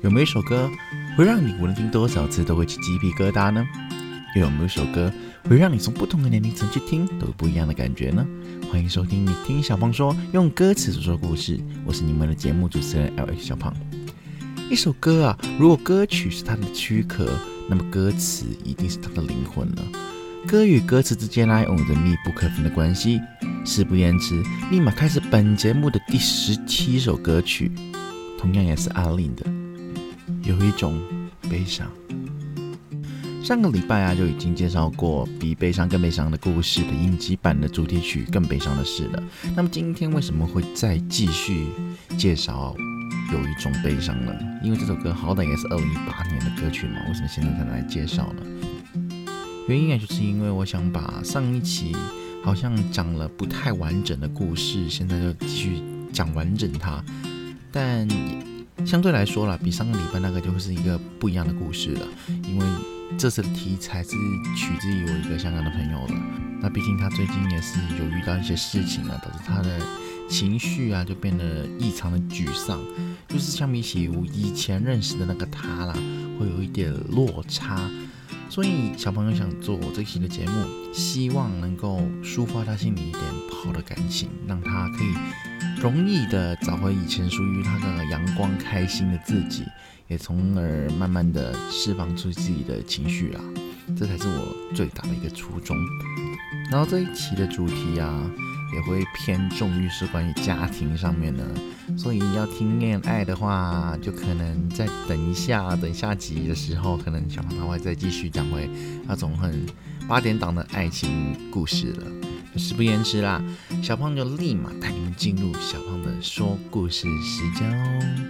有没有一首歌会让你无论听多少次都会起鸡皮疙瘩呢？又有没有一首歌会让你从不同的年龄层去听都有不一样的感觉呢？欢迎收听你听小胖说，用歌词说说故事，我是你们的节目主持人 LH 小胖。一首歌啊，如果歌曲是它的躯壳，那么歌词一定是它的灵魂了。歌与歌词之间有着密不可分的关系。事不言迟，立马开始本节目的第17首歌曲，同样也是阿令的有一种悲伤。上个礼拜就已经介绍过比悲伤更悲伤的故事的影集版的主题曲更悲伤的事了。那么今天为什么会再继续介绍有一种悲伤呢？因为这首歌好歹也是2018年的歌曲嘛，为什么现在才来介绍呢？原因就是因为我想把上一期好像讲了不太完整的故事，现在就继续讲完整它，但相对来说啦，比上个礼拜那个就会是一个不一样的故事了，因为这次的题材是取自于我一个香港的朋友了。那毕竟他最近也是有遇到一些事情导致他的情绪就变得异常的沮丧，就是相比起我以前认识的那个他啦，会有一点落差。所以小朋友想做这期的节目，希望能够抒发他心里一点不好的感情，让他可以容易的找回以前属于他的阳光开心的自己，也从而慢慢的释放出自己的情绪啦。这才是我最大的一个初衷。然后这一期的主题也会偏重于是关于家庭上面的，所以要听恋爱的话，就可能再等下集的时候，可能小胖他会再继续讲回那种很8点档的爱情故事了。事不言迟啦，小胖就立马带你们进入小胖的说故事时间哦。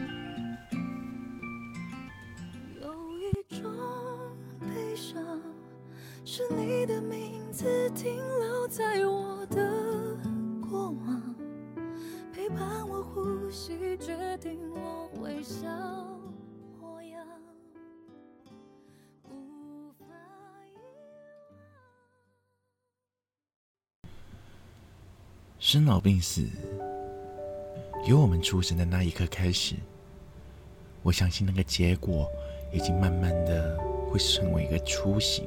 有一种悲伤，是你的名字停留在我的过往，陪伴我呼吸，决定我微笑模样，无法遗忘。 生老病死，由我们出生的那一刻开始，我相信那个结果已经慢慢的会成为一个雏形，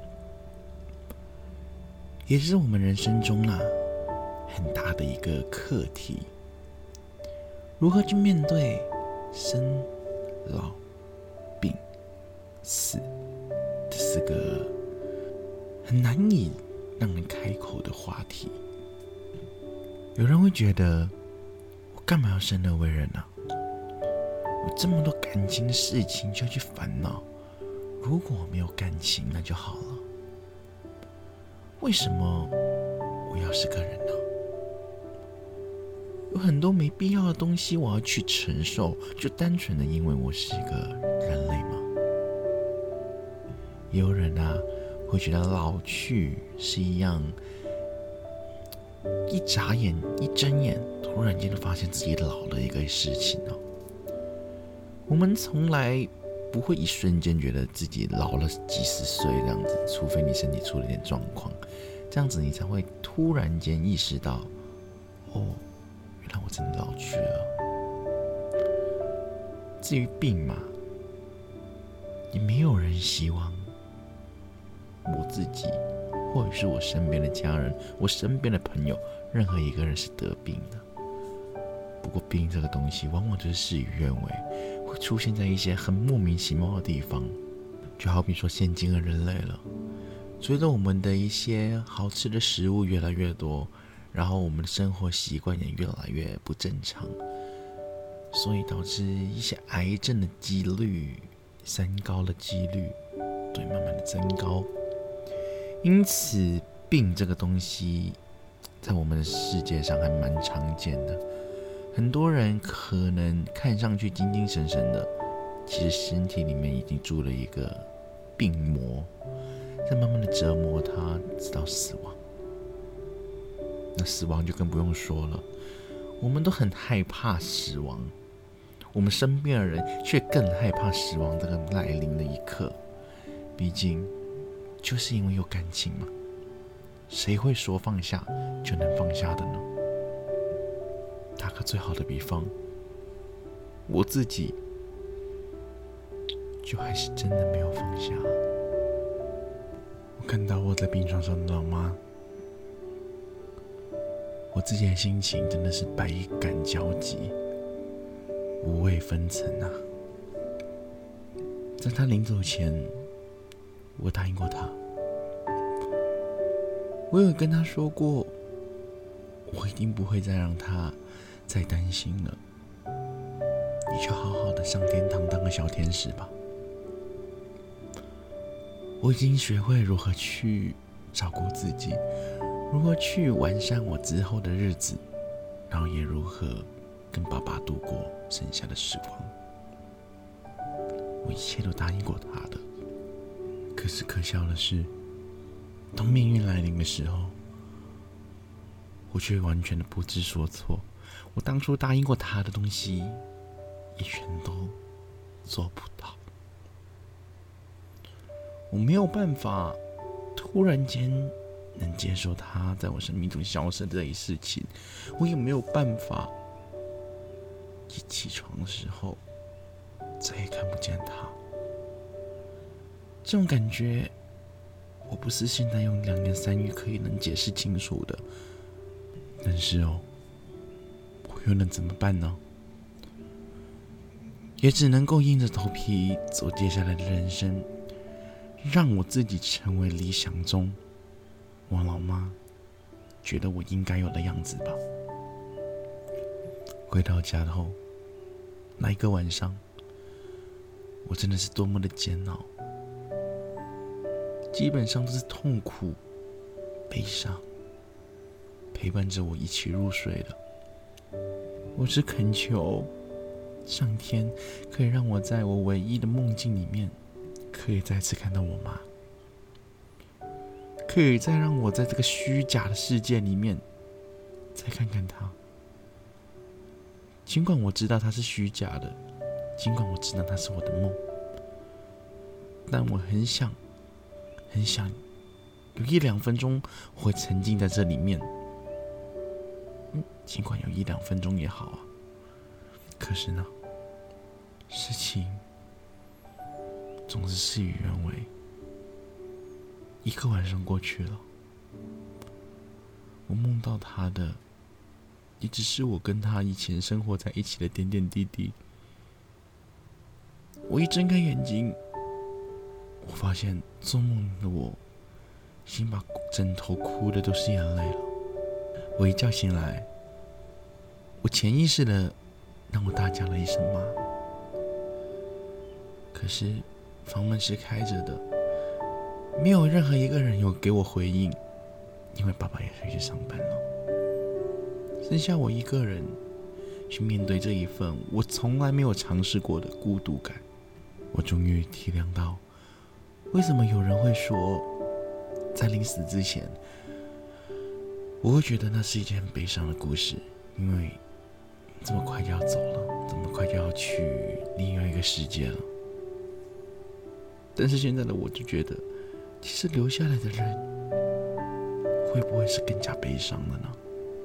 也是我们人生中很大的一个课题。如何去面对生老病死这4个很难以让人开口的话题？有人会觉得，我干嘛要生而为人呢？我这么多感情的事情就要去烦恼，如果我没有感情那就好了。为什么我要是个人呢？有很多没必要的东西我要去承受，就单纯的因为我是一个人类吗？也有人会觉得老去是一样一眨眼一睁眼突然间就发现自己老的一个事情我们从来不会一瞬间觉得自己老了几十岁这样子，除非你身体出了点状况，这样子你才会突然间意识到，原来我真的老去了。至于病嘛，也没有人希望我自己或者是我身边的家人，我身边的朋友，任何一个人是得病的。不过病这个东西往往就是事与愿违，会出现在一些很莫名其妙的地方。就好比说现今的人类了，随着我们的一些好吃的食物越来越多，然后我们的生活习惯也越来越不正常，所以导致一些癌症的几率、三高的几率慢慢的增高。因此病这个东西在我们的世界上还蛮常见的。很多人可能看上去精精神神的，其实身体里面已经住了一个病魔，在慢慢的折磨他，直到死亡。那死亡就更不用说了，我们都很害怕死亡，我们身边的人却更害怕死亡这个来临的一刻。毕竟就是因为有感情嘛，谁会说放下就能放下的呢？打个最好的比方，我自己就还是真的没有放下。我看到卧在病床上的老妈，我自己的心情真的是百感交集，五味纷陈啊。在她临走前，我答应过她，我有跟她说过，我一定不会再让她再担心了。你就好好的上天堂当个小天使吧。我已经学会如何去照顾自己，如何去完善我之后的日子，然后也如何跟爸爸度过剩下的时光。我一切都答应过他的，可是可笑的是，当命运来临的时候，我却完全的不知所措。我当初答应过他的东西，也全都做不到。我没有办法突然间能接受他在我生命中消失的这一事情，我也没有办法一起床的时候再也看不见他。这种感觉，我不是现在用2言3语可以能解释清楚的。但是我又能怎么办呢？也只能够硬着头皮走接下来的人生，让我自己成为理想中我老妈觉得我应该有的样子吧。回到家后，那一个晚上，我真的是多么的煎熬，基本上都是痛苦、悲伤陪伴着我一起入睡的。我只恳求上天可以让我在我唯一的梦境里面，可以再次看到我妈，可以再让我在这个虚假的世界里面再看看她。尽管我知道她是虚假的，尽管我知道她是我的梦，但我很想有1-2分钟我会沉浸在这里面。尽管有1-2分钟也好啊，可是呢，事情总是事与愿违。1个晚上过去了，我梦到他的也只是我跟他以前生活在一起的点点滴滴。我一睁开眼睛，我发现做梦的我已经把枕头哭的都是眼泪了。我一觉醒来，我潜意识的让我大叫了一声妈，可是房门是开着的，没有任何一个人有给我回应，因为爸爸也回去上班了，剩下我一个人去面对这一份我从来没有尝试过的孤独感。我终于体谅到为什么有人会说在临死之前，我会觉得那是一件很悲伤的故事，因为这么快就要走了，这么快就要去另外一个世界了。但是现在的我就觉得，其实留下来的人会不会是更加悲伤的呢？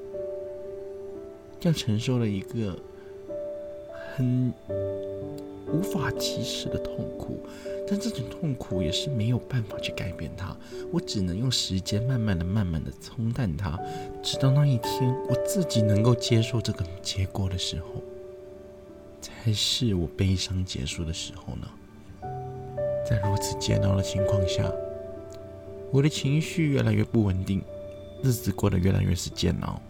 要承受了一个很无法启齿的痛苦，但这种痛苦也是没有办法去改变它，我只能用时间慢慢的冲淡它，直到那一天我自己能够接受这个结果的时候，才是我悲伤结束的时候呢。在如此煎熬的情况下，我的情绪越来越不稳定，日子过得越来越是煎熬。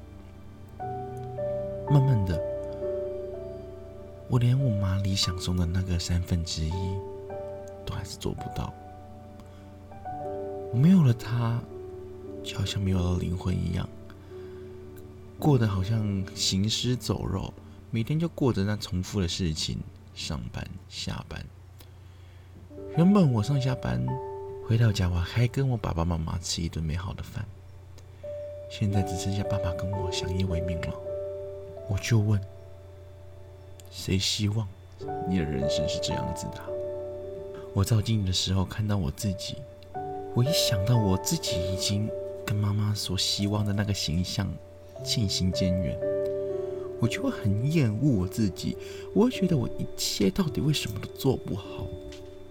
慢慢的，我连我妈理想中的那个1/3都还是做不到。我没有了她，就好像没有了灵魂一样，过得好像行尸走肉，每天就过着那重复的事情，上班下班。原本我上下班回到家，我还跟我爸爸妈妈吃一顿美好的饭，现在只剩下爸爸跟我相依为命了。我就问，谁希望你的人生是这样子的？我照镜的时候看到我自己，我一想到我自己已经跟妈妈所希望的那个形象渐行渐远，我就会很厌恶我自己，我会觉得我一切到底为什么都做不好。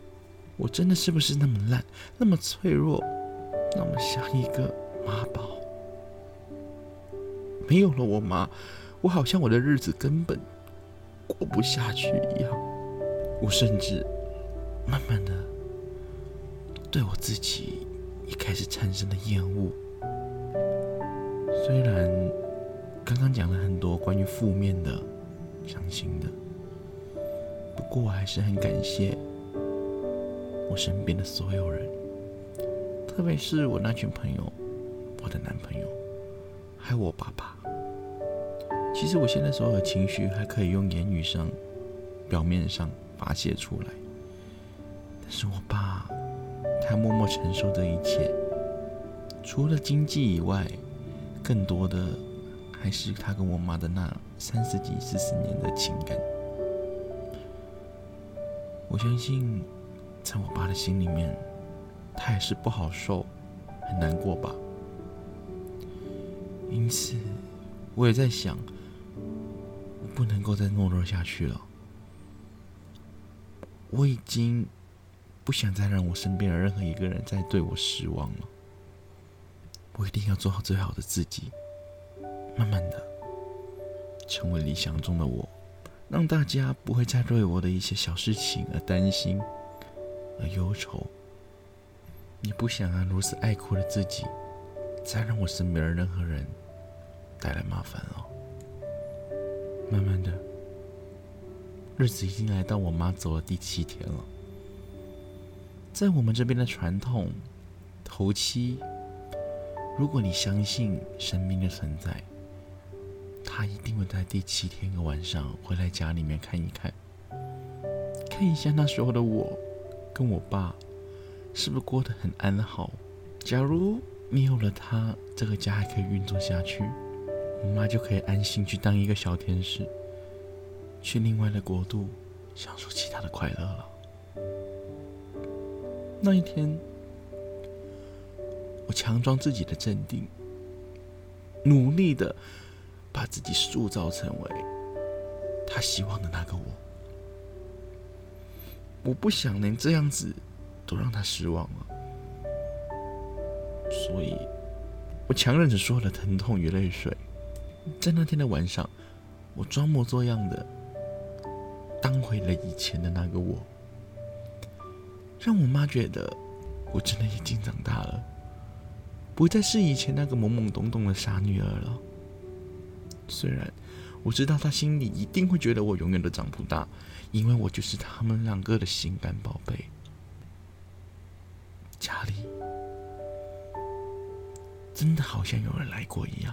我真的是不是那么烂，那么脆弱，那么像一个妈宝？没有了我妈，我好像我的日子根本过不下去一样。我甚至慢慢的对我自己也开始产生了厌恶。虽然刚刚讲了很多关于负面的、伤心的，不过我还是很感谢我身边的所有人，特别是我那群朋友，我的男朋友，还有我爸爸。其实我现在所有的情绪还可以用言语上、表面上发泄出来，但是我爸他默默承受这一切，除了经济以外，更多的还是他跟我妈的那30几、40年的情感。我相信在我爸的心里面，他也是不好受，很难过吧。因此我也在想，我不能够再懦弱下去了。我已经不想再让我身边的任何一个人再对我失望了。我一定要做好最好的自己，慢慢的成为理想中的我，让大家不会再对我的一些小事情而担心，而忧愁。也不想让如此爱哭的自己，再让我身边的任何人带来麻烦了。慢慢的，日子已经来到我妈走了第7天了。在我们这边的传统，头七，如果你相信神明的存在，他一定会在第7天的晚上回来家里面看一看，看一下那时候的我跟我爸是不是过得很安好。假如没有了他，这个家还可以运作下去，我妈就可以安心去当一个小天使，去另外的国度享受其他的快乐了。那一天，我强装自己的镇定，努力的把自己塑造成为他希望的那个我。我不想连这样子都让他失望了，所以我强忍着所有的疼痛与泪水，在那天的晚上，我装模作样的当回了以前的那个我，让我妈觉得我真的已经长大了，不再是以前那个懵懵懂懂的傻女儿了。虽然我知道她心里一定会觉得我永远都长不大，因为我就是他们2个的心肝宝贝。家里真的好像有人来过一样。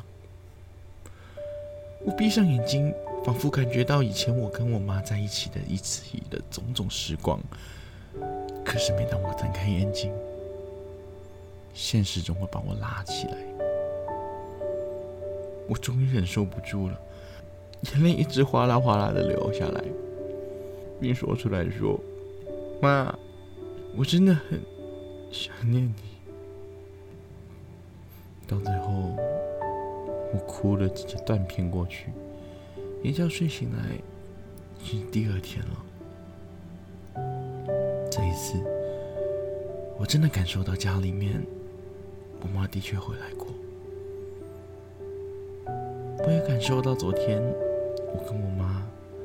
我闭上眼睛，仿佛感觉到以前我跟我妈在一起的一起的种种时光。可是每当我睁开眼睛，现实中会把我拉起来。我终于忍受不住了，眼泪一直哗啦哗啦的流下来，并说出来说：“妈，我真的很想念你。”到最后，我哭了，直接断片过去。一觉睡醒来，已经第2天了。这一次，我真的感受到家里面，我妈的确回来过。我也感受到昨天，我跟我妈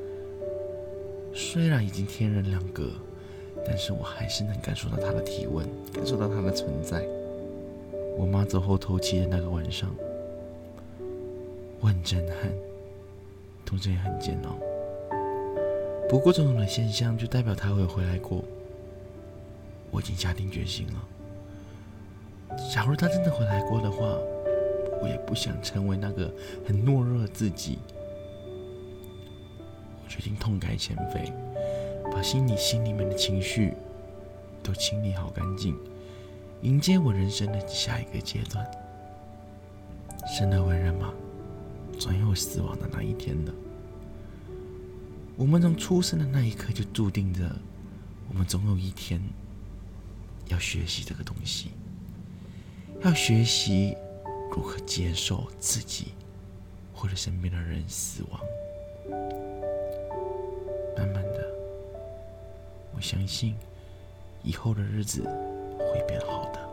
虽然已经天人2隔，但是我还是能感受到她的体温，感受到她的存在。我妈走后头七的那个晚上，我很震撼，同时也很煎熬。不过这种的现象就代表她会回来过，我已经下定决心了。假如她真的回来过的话，我也不想成为那个很懦弱的自己。我决定痛改前非，把心里面的情绪都清理好干净，迎接我人生的下一个阶段。生而为人嘛，总有死亡的那一天的。我们从出生的那一刻就注定着，我们总有一天要学习这个东西，要学习如何接受自己或者身边的人死亡。慢慢的，我相信以后的日子会变好的。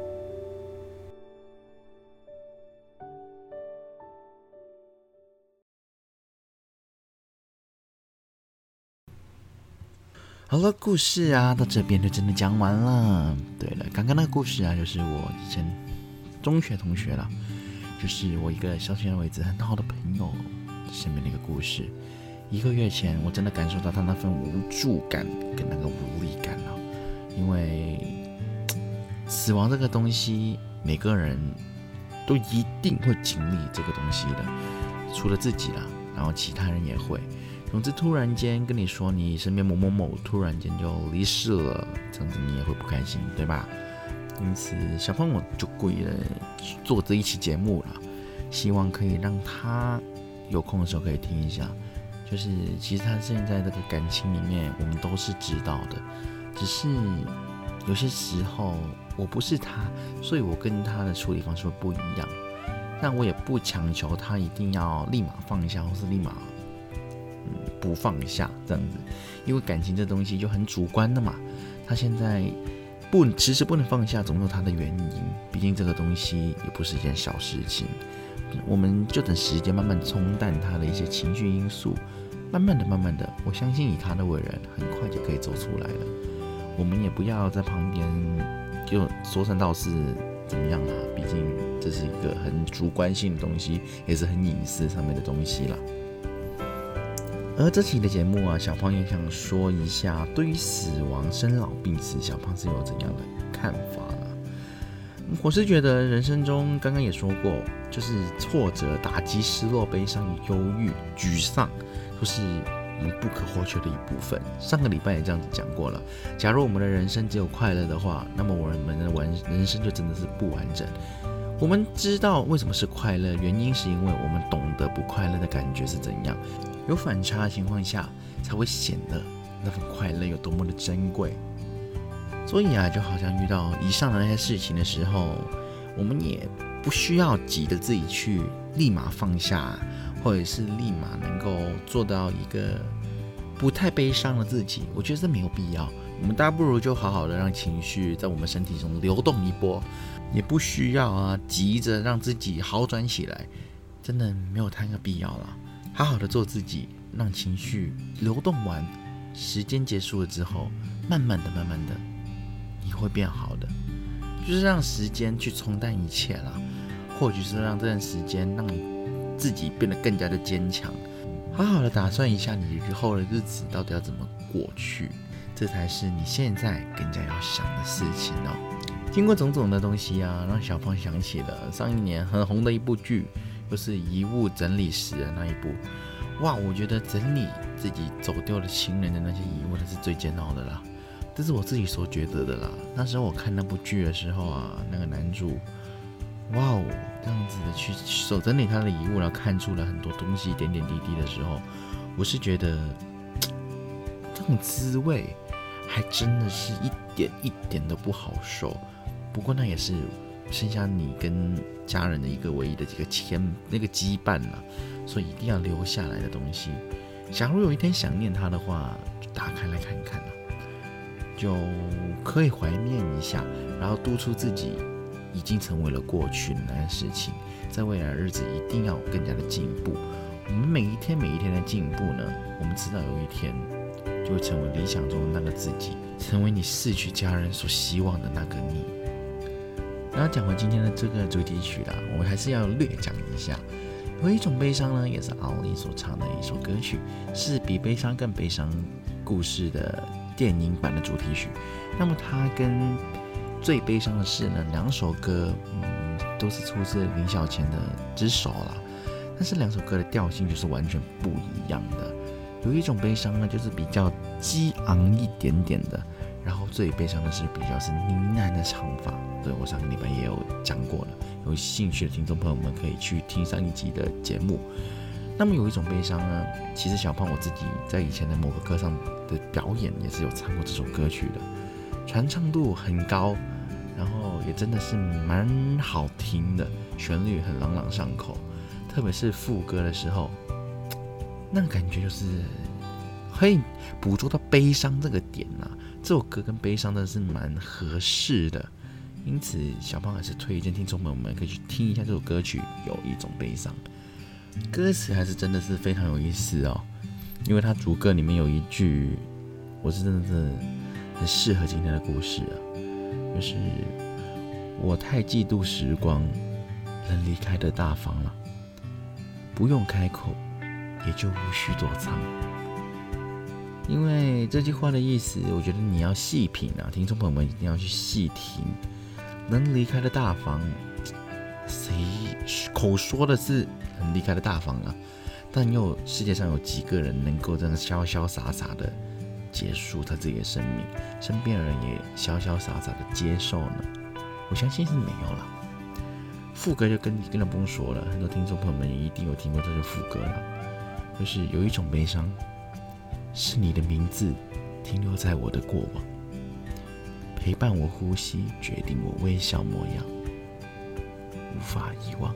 好了，故事啊到这边就真的讲完了。对了，刚刚那个故事啊，就是我以前中学同学啦，就是我一个小学为止很好的朋友身边的一个故事。1个月前，我真的感受到他那份无助感跟那个无力感了，因为死亡这个东西，每个人都一定会经历这个东西的，除了自己啦，然后其他人也会。总之，突然间跟你说你身边某某某突然间就离世了，这样子你也会不开心，对吧？因此，小胖我就故意的做这一期节目了，希望可以让他有空的时候可以听一下。就是其实他现在这个感情里面，我们都是知道的，只是有些时候我不是他，所以我跟他的处理方式会不一样。但我也不强求他一定要立马放下，或是立马不放下这样子，因为感情这东西就很主观的嘛。他现在迟迟不能放下，总有他的原因。毕竟这个东西也不是一件小事情，我们就等时间慢慢冲淡他的一些情绪因素，慢慢的，我相信以他的为人，很快就可以走出来了。我们也不要在旁边就说三道四怎么样啦，毕竟这是一个很主观性的东西，也是很隐私上面的东西啦。而这期的节目啊，小胖也想说一下，对于死亡、生老病死，小胖是有怎样的看法啦？我是觉得人生中，刚刚也说过，就是挫折、打击、失落、悲伤、忧郁、沮丧，都是我们不可或缺的一部分。上个礼拜也这样子讲过了，假如我们的人生只有快乐的话，那么我们的人生就真的是不完整。我们知道为什么是快乐，原因是因为我们懂得不快乐的感觉是怎样。有反差的情况下，才会显得那份快乐有多么的珍贵。所以啊，就好像遇到以上的那些事情的时候，我们也不需要急着自己去立马放下，或者是立马能够做到一个不太悲伤的自己。我觉得这没有必要。我们大不如就好好的让情绪在我们身体中流动一波，也不需要啊急着让自己好转起来，真的没有太大必要了。好好的做自己，让情绪流动完，时间结束了之后，慢慢的，你会变好的。就是让时间去冲淡一切啦，或许是让这段时间让你自己变得更加的坚强。好好的打算一下你日后的日子到底要怎么过去，这才是你现在更加要想的事情哦。经过种种的东西啊，让小胖想起了上一年很红的一部剧，就是遗物整理师的那一部。哇，我觉得整理自己走丢的亲人的那些遗物，那是最煎熬的啦。这是我自己所觉得的啦。那时候我看那部剧的时候啊，那个男主，哇哦，这样子的去手整理他的遗物，然后看出了很多东西，点点滴滴的时候，我是觉得这种滋味还真的是一点一点都不好受。不过那也是剩下你跟家人的一个唯一的这个羁绊啦，所以一定要留下来的东西。假如有一天想念他的话，就打开来看看啦，就可以怀念一下，然后督促自己已经成为了过去的那件事情，在未来的日子一定要更加的进步。我们每一天的进步呢，我们知道有一天就会成为理想中的那个自己，成为你逝去家人所希望的那个你。然后讲回今天的这个主题曲啦，我们还是要略讲一下。有一种悲伤呢，也是奥利所唱的一首歌曲，是比悲伤更悲伤故事的电影版的主题曲。那么它跟最悲伤的事呢，两首歌都是出自林小谦的之手啦，但是两首歌的调性就是完全不一样的。有一种悲伤呢，就是比较激昂一点点的，然后最悲伤的是比较是呢喃的唱法。对，我上个礼拜也有讲过了，有兴趣的听众朋友们可以去听上一集的节目。那么有一种悲伤呢，其实小胖我自己在以前的某个歌上的表演也是有唱过这首歌曲的，传唱度很高，然后也真的是蛮好听的，旋律很朗朗上口，特别是副歌的时候，那个感觉就是可以捕捉到悲伤这个点啊， 这首歌跟悲伤真的是蛮合适的，因此小胖还是推荐听众朋友们可以去听一下这首歌曲，有一种悲伤。歌词还是真的是非常有意思哦，因为它主歌里面有一句，我是真的是很适合今天的故事啊，就是我太嫉妒时光能离开的大方了，不用开口也就无需躲藏。因为这句话的意思，我觉得你要细品啊，听众朋友们一定要去细听。能离开的大方，谁口说的是很离开的大方啊？但世界上有几个人能够这样潇潇洒洒的结束他自己的生命，身边的人也潇潇洒洒的接受呢？我相信是没有了。副歌就更不用说了，很多听众朋友们也一定有听过这句副歌了，就是有一种悲伤，是你的名字停留在我的过往，陪伴我呼吸，决定我微笑模样，无法遗忘。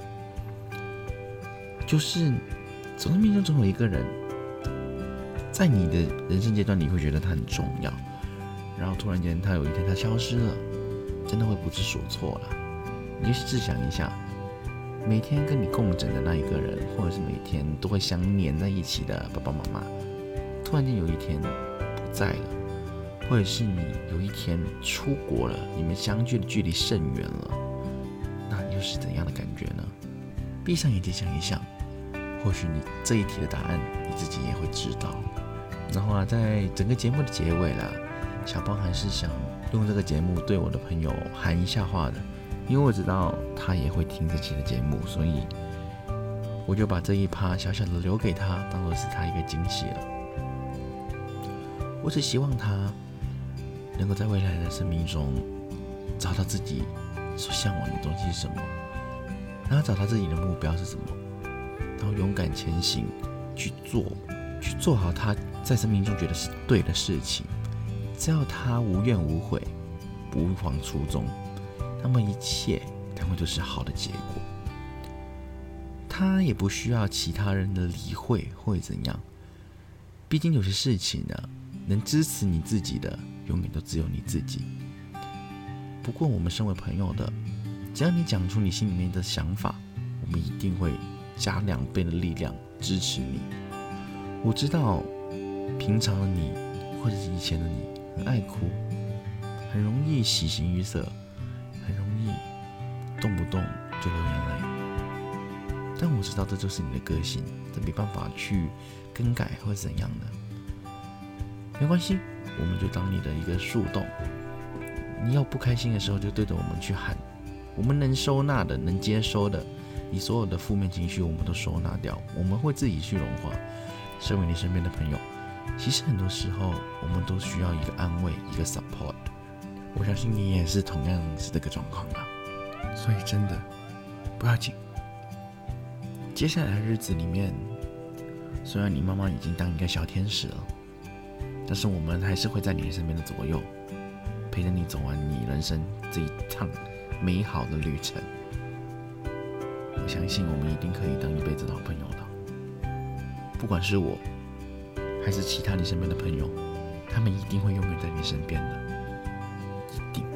就是走生命中总有一个人，在你的人生阶段你会觉得他很重要，然后突然间他有一天他消失了，真的会不知所措了。你就试想一下，每天跟你共枕的那一个人，或者是每天都会相黏在一起的爸爸妈妈，突然间有一天不在了，或者是你有一天出国了，你们相聚的距离甚远了，那又是怎样的感觉呢？闭上眼睛想一想，或许你这一题的答案你自己也会知道。然后在整个节目的结尾啦，小胖还是想用这个节目对我的朋友喊一下话的，因为我知道他也会听这期的节目，所以我就把这一趴小小的留给他，当作是他一个惊喜了。我只希望他能够在未来的生命中找到自己所向往的东西是什么，然后找到自己的目标是什么，然后勇敢前行，去做好他在生命中觉得是对的事情。只要他无怨无悔，不忘初衷，那么一切将会都是好的结果。他也不需要其他人的理会或者怎样，毕竟有些事情呢，能支持你自己的永远都只有你自己。不过我们身为朋友的，只要你讲出你心里面的想法，我们一定会加2倍的力量支持你。我知道平常的你或者是以前的你很爱哭，很容易喜形于色，很容易动不动就流眼泪，但我知道这就是你的个性，这没办法去更改或怎样的。没关系，我们就当你的一个树洞，你要不开心的时候就对着我们去喊，我们能收纳的能接收的，你所有的负面情绪我们都收纳掉，我们会自己去融化。身为你身边的朋友，其实很多时候我们都需要一个安慰，一个 support。 我相信你也是同样是这个状况吧，所以真的不要紧。接下来的日子里面，虽然你妈妈已经当一个小天使了，但是我们还是会在你身边的左右，陪着你走完你人生这一趟美好的旅程。我相信我们一定可以当一辈子的好朋友的。不管是我还是其他你身边的朋友，他们一定会永远在你身边的，一定。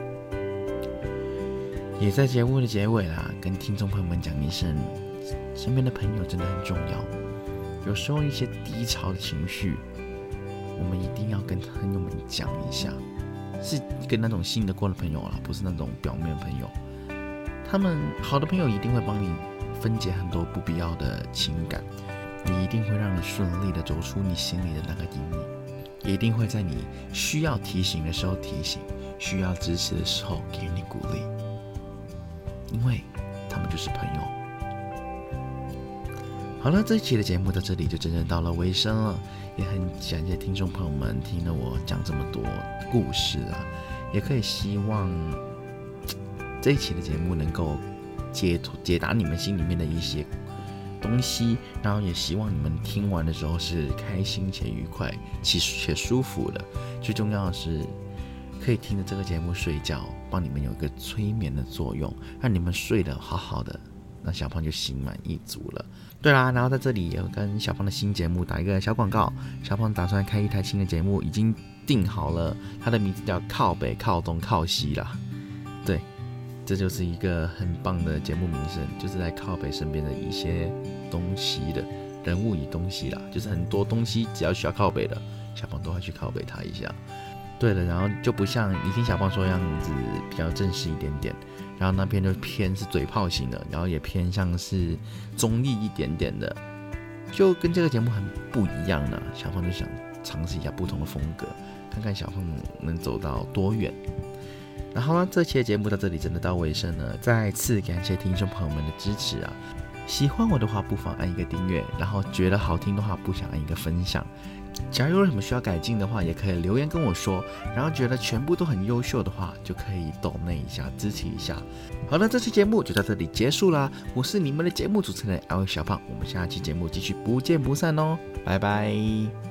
也在节目的结尾啦，跟听众朋友们讲一声，身边的朋友真的很重要。有时候一些低潮的情绪，我们一定要跟朋友们讲一下，是跟那种信得过的朋友啦，不是那种表面朋友。他们好的朋友一定会帮你分解很多不必要的情感，也一定会让你顺利的走出你心里的那个阴影，也一定会在你需要提醒的时候提醒，需要支持的时候给你鼓励，因为他们就是朋友。好了，这一期的节目到这里就真正到了尾声了，也很感谢听众朋友们听了我讲这么多故事啊，也可以希望这一期的节目能够解答你们心里面的一些东西，然后也希望你们听完的时候是开心且愉快且舒服的。最重要的是可以听着这个节目睡觉，帮你们有一个催眠的作用，让你们睡得好好的，那小胖就心满意足了。对啦，然后在这里也跟小胖的新节目打一个小广告，小胖打算开一台新的节目，已经定好了，它的名字叫靠北、靠东、靠西啦。对，这就是一个很棒的节目名称，就是在靠北身边的一些东西的人物与东西啦，就是很多东西只要需要靠北的，小胖都会去靠北它一下。对了，然后就不像你听小胖说样子比较正式一点点，然后那边就偏是嘴炮型的，然后也偏向是综艺一点点的，就跟这个节目很不一样呢。小胖就想尝试一下不同的风格，看看小胖能走到多远。然后呢，这期的节目到这里真的到尾声了，再次感谢听众朋友们的支持啊！喜欢我的话，不妨按一个订阅，然后觉得好听的话，不想按一个分享。假如有什么需要改进的话，也可以留言跟我说。然后觉得全部都很优秀的话，就可以抖内一下支持一下。好了，这期节目就到这里结束啦。我是你们的节目主持人 L 小胖，我们下期节目继续不见不散哦，拜拜。